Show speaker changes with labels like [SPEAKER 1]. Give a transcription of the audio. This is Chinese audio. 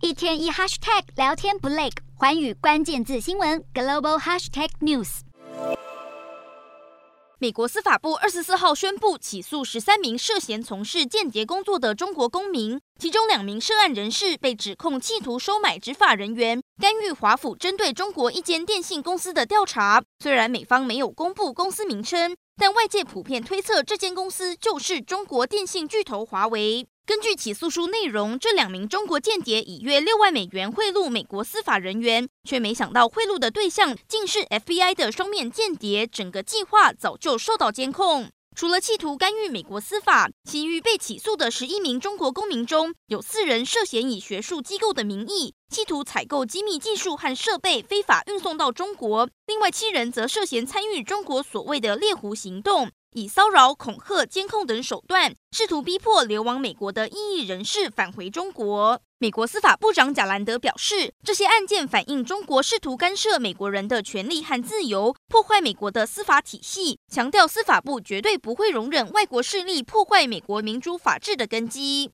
[SPEAKER 1] 一天一 hashtag 聊天不累，寰宇关键字新闻 global hashtag news。
[SPEAKER 2] 美国司法部24号宣布起诉13名涉嫌从事间谍工作的中国公民，其中2名涉案人士被指控企图收买执法人员，干预华府针对中国一间电信公司的调查。虽然美方没有公布公司名称，但外界普遍推测这间公司就是中国电信巨头华为。根据起诉书内容，这2名中国间谍以约6万美元贿赂美国司法人员，却没想到贿赂的对象竟是 FBI 的双面间谍，整个计划早就受到监控。除了企图干预美国司法，其余被起诉的11名中国公民中，有4人涉嫌以学术机构的名义，企图采购机密技术和设备，非法运送到中国；另外7人则涉嫌参与中国所谓的猎狐行动，以骚扰、恐吓、监控等手段，试图逼迫流亡美国的异议人士返回中国。美国司法部长贾兰德表示，这些案件反映中国试图干涉美国人的权利和自由，破坏美国的司法体系，强调司法部绝对不会容忍外国势力破坏美国民主法治的根基。